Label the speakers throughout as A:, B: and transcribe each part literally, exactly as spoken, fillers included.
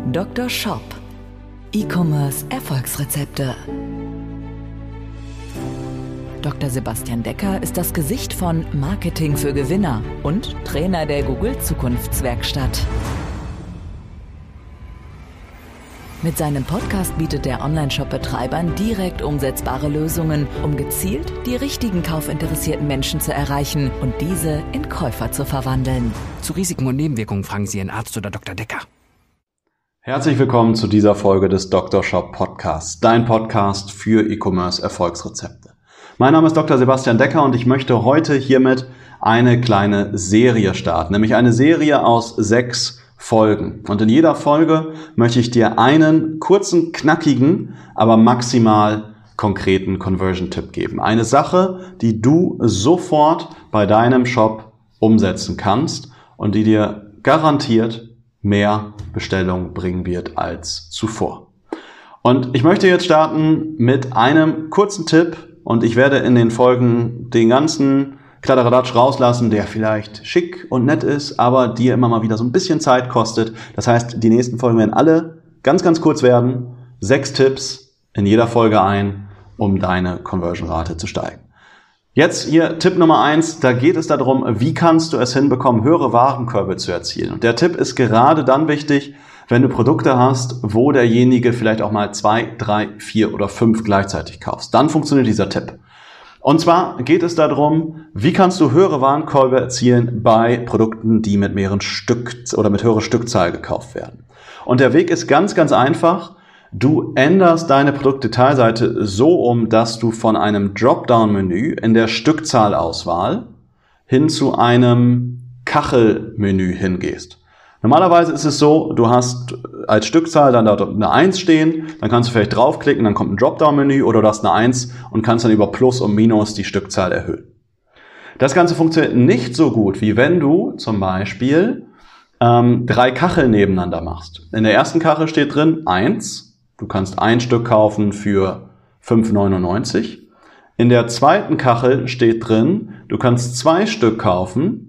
A: Doktor Shop. E-Commerce Erfolgsrezepte. Doktor Sebastian Decker ist das Gesicht von Marketing für Gewinner und Trainer der Google Zukunftswerkstatt. Mit seinem Podcast bietet der Online-Shop-Betreibern direkt umsetzbare Lösungen, um gezielt die richtigen kaufinteressierten Menschen zu erreichen und diese in Käufer zu verwandeln.
B: Zu Risiken und Nebenwirkungen fragen Sie Ihren Arzt oder Doktor Decker.
C: Herzlich willkommen zu dieser Folge des Doktor Shop Podcasts, dein Podcast für E-Commerce Erfolgsrezepte. Mein Name ist Doktor Sebastian Decker und ich möchte heute hiermit eine kleine Serie starten, nämlich eine Serie aus sechs Folgen. Und in jeder Folge möchte ich dir einen kurzen, knackigen, aber maximal konkreten Conversion-Tipp geben. Eine Sache, die du sofort bei deinem Shop umsetzen kannst und die dir garantiert mehr Bestellungen bringen wird als zuvor. Und ich möchte jetzt starten mit einem kurzen Tipp und ich werde in den Folgen den ganzen Kladderadatsch rauslassen, der vielleicht schick und nett ist, aber dir immer mal wieder so ein bisschen Zeit kostet. Das heißt, die nächsten Folgen werden alle ganz, ganz kurz werden. Sechs Tipps in jeder Folge ein, um deine Conversion-Rate zu steigen. Jetzt hier Tipp Nummer eins, da geht es darum, wie kannst du es hinbekommen, höhere Warenkörbe zu erzielen. Und der Tipp ist gerade dann wichtig, wenn du Produkte hast, wo derjenige vielleicht auch mal zwei, drei, vier oder fünf gleichzeitig kaufst. Dann funktioniert dieser Tipp. Und zwar geht es darum, wie kannst du höhere Warenkorbe erzielen bei Produkten, die mit mehreren Stück oder mit höherer Stückzahl gekauft werden. Und der Weg ist ganz, ganz einfach. Du änderst deine Produktdetailseite so um, dass du von einem Dropdown-Menü in der Stückzahlauswahl hin zu einem Kachelmenü hingehst. Normalerweise ist es so, du hast als Stückzahl dann da eine eins stehen, dann kannst du vielleicht draufklicken, dann kommt ein Dropdown-Menü oder du hast eine eins und kannst dann über Plus und Minus die Stückzahl erhöhen. Das Ganze funktioniert nicht so gut, wie wenn du zum Beispiel ähm, drei Kacheln nebeneinander machst. In der ersten Kachel steht drin eins, du kannst ein Stück kaufen für fünf neunundneunzig. In der zweiten Kachel steht drin, du kannst zwei Stück kaufen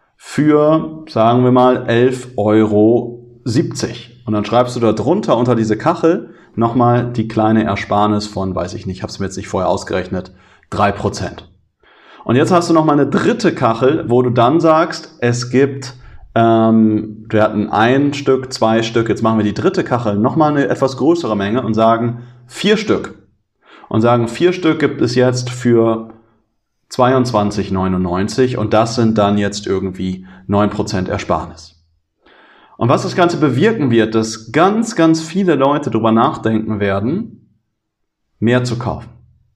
C: für, sagen wir mal, elf Euro siebzig. Und dann schreibst du da drunter unter diese Kachel nochmal die kleine Ersparnis von, weiß ich nicht, ich habe es mir jetzt nicht vorher ausgerechnet, drei Prozent. Und jetzt hast du nochmal eine dritte Kachel, wo du dann sagst, es gibt, ähm, wir hatten ein Stück, zwei Stück, jetzt machen wir die dritte Kachel, nochmal eine etwas größere Menge und sagen vier Stück. Und sagen, vier Stück gibt es jetzt für zweiundzwanzig neunundneunzig und das sind dann jetzt irgendwie neun Prozent Ersparnis. Und was das Ganze bewirken wird, dass ganz, ganz viele Leute darüber nachdenken werden, mehr zu kaufen.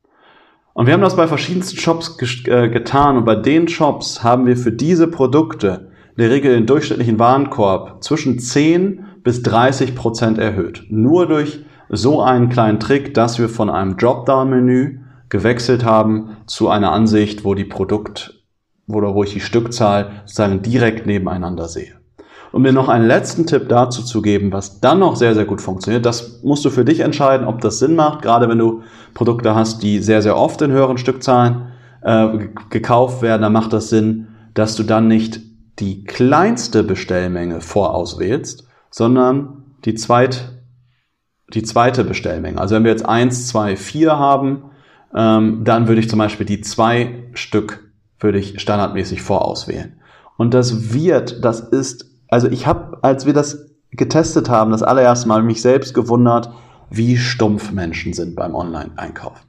C: Und wir haben das bei verschiedensten Shops äh, getan und bei den Shops haben wir für diese Produkte in der Regel den durchschnittlichen Warenkorb zwischen zehn bis dreißig Prozent erhöht. Nur durch so einen kleinen Trick, dass wir von einem Dropdown-Menü gewechselt haben zu einer Ansicht, wo die Produkt, oder wo ich die Stückzahl sozusagen direkt nebeneinander sehe. Um dir noch einen letzten Tipp dazu zu geben, was dann noch sehr, sehr gut funktioniert, das musst du für dich entscheiden, ob das Sinn macht, gerade wenn du Produkte hast, die sehr, sehr oft in höheren Stückzahlen äh, gekauft werden, dann macht das Sinn, dass du dann nicht die kleinste Bestellmenge vorauswählst, sondern die, zweit, die zweite Bestellmenge. Also wenn wir jetzt eins, zwei, vier haben, Ähm, dann würde ich zum Beispiel die zwei Stück würde ich standardmäßig vorauswählen. Und das wird, das ist, also ich habe, als wir das getestet haben, das allererste Mal mich selbst gewundert, wie stumpf Menschen sind beim Online-Einkaufen.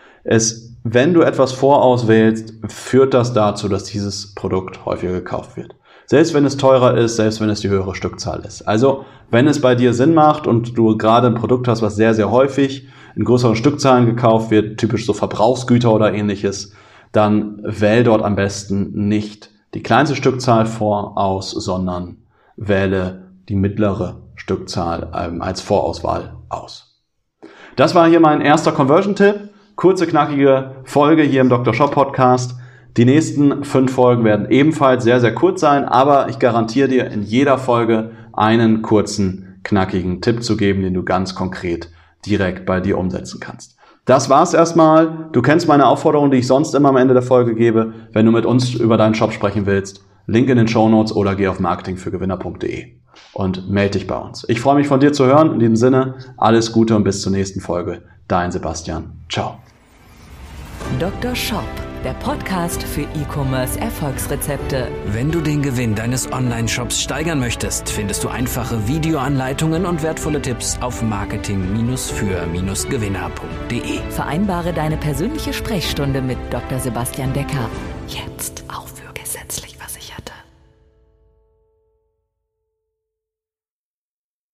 C: Es, wenn du etwas vorauswählst, führt das dazu, dass dieses Produkt häufiger gekauft wird. Selbst wenn es teurer ist, selbst wenn es die höhere Stückzahl ist. Also, wenn es bei dir Sinn macht und du gerade ein Produkt hast, was sehr, sehr häufig in größeren Stückzahlen gekauft wird, typisch so Verbrauchsgüter oder ähnliches, dann wähl dort am besten nicht die kleinste Stückzahl voraus, sondern wähle die mittlere Stückzahl ähm, als Vorauswahl aus. Das war hier mein erster Conversion-Tipp. Kurze, knackige Folge hier im Doktor Shop Podcast. Die nächsten fünf Folgen werden ebenfalls sehr, sehr kurz sein, aber ich garantiere dir in jeder Folge einen kurzen, knackigen Tipp zu geben, den du ganz konkret direkt bei dir umsetzen kannst. Das war's erstmal. Du kennst meine Aufforderung, die ich sonst immer am Ende der Folge gebe. Wenn du mit uns über deinen Shop sprechen willst, Link in den Shownotes oder geh auf marketing für gewinner punkt de. und melde dich bei uns. Ich freue mich von dir zu hören. In diesem Sinne, alles Gute und bis zur nächsten Folge. Dein Sebastian. Ciao.
A: Doktor Shop, der Podcast für E-Commerce-Erfolgsrezepte.
B: Wenn du den Gewinn deines Online-Shops steigern möchtest, findest du einfache Videoanleitungen und wertvolle Tipps auf marketing für gewinner punkt de.
A: Vereinbare deine persönliche Sprechstunde mit Doktor Sebastian Decker jetzt.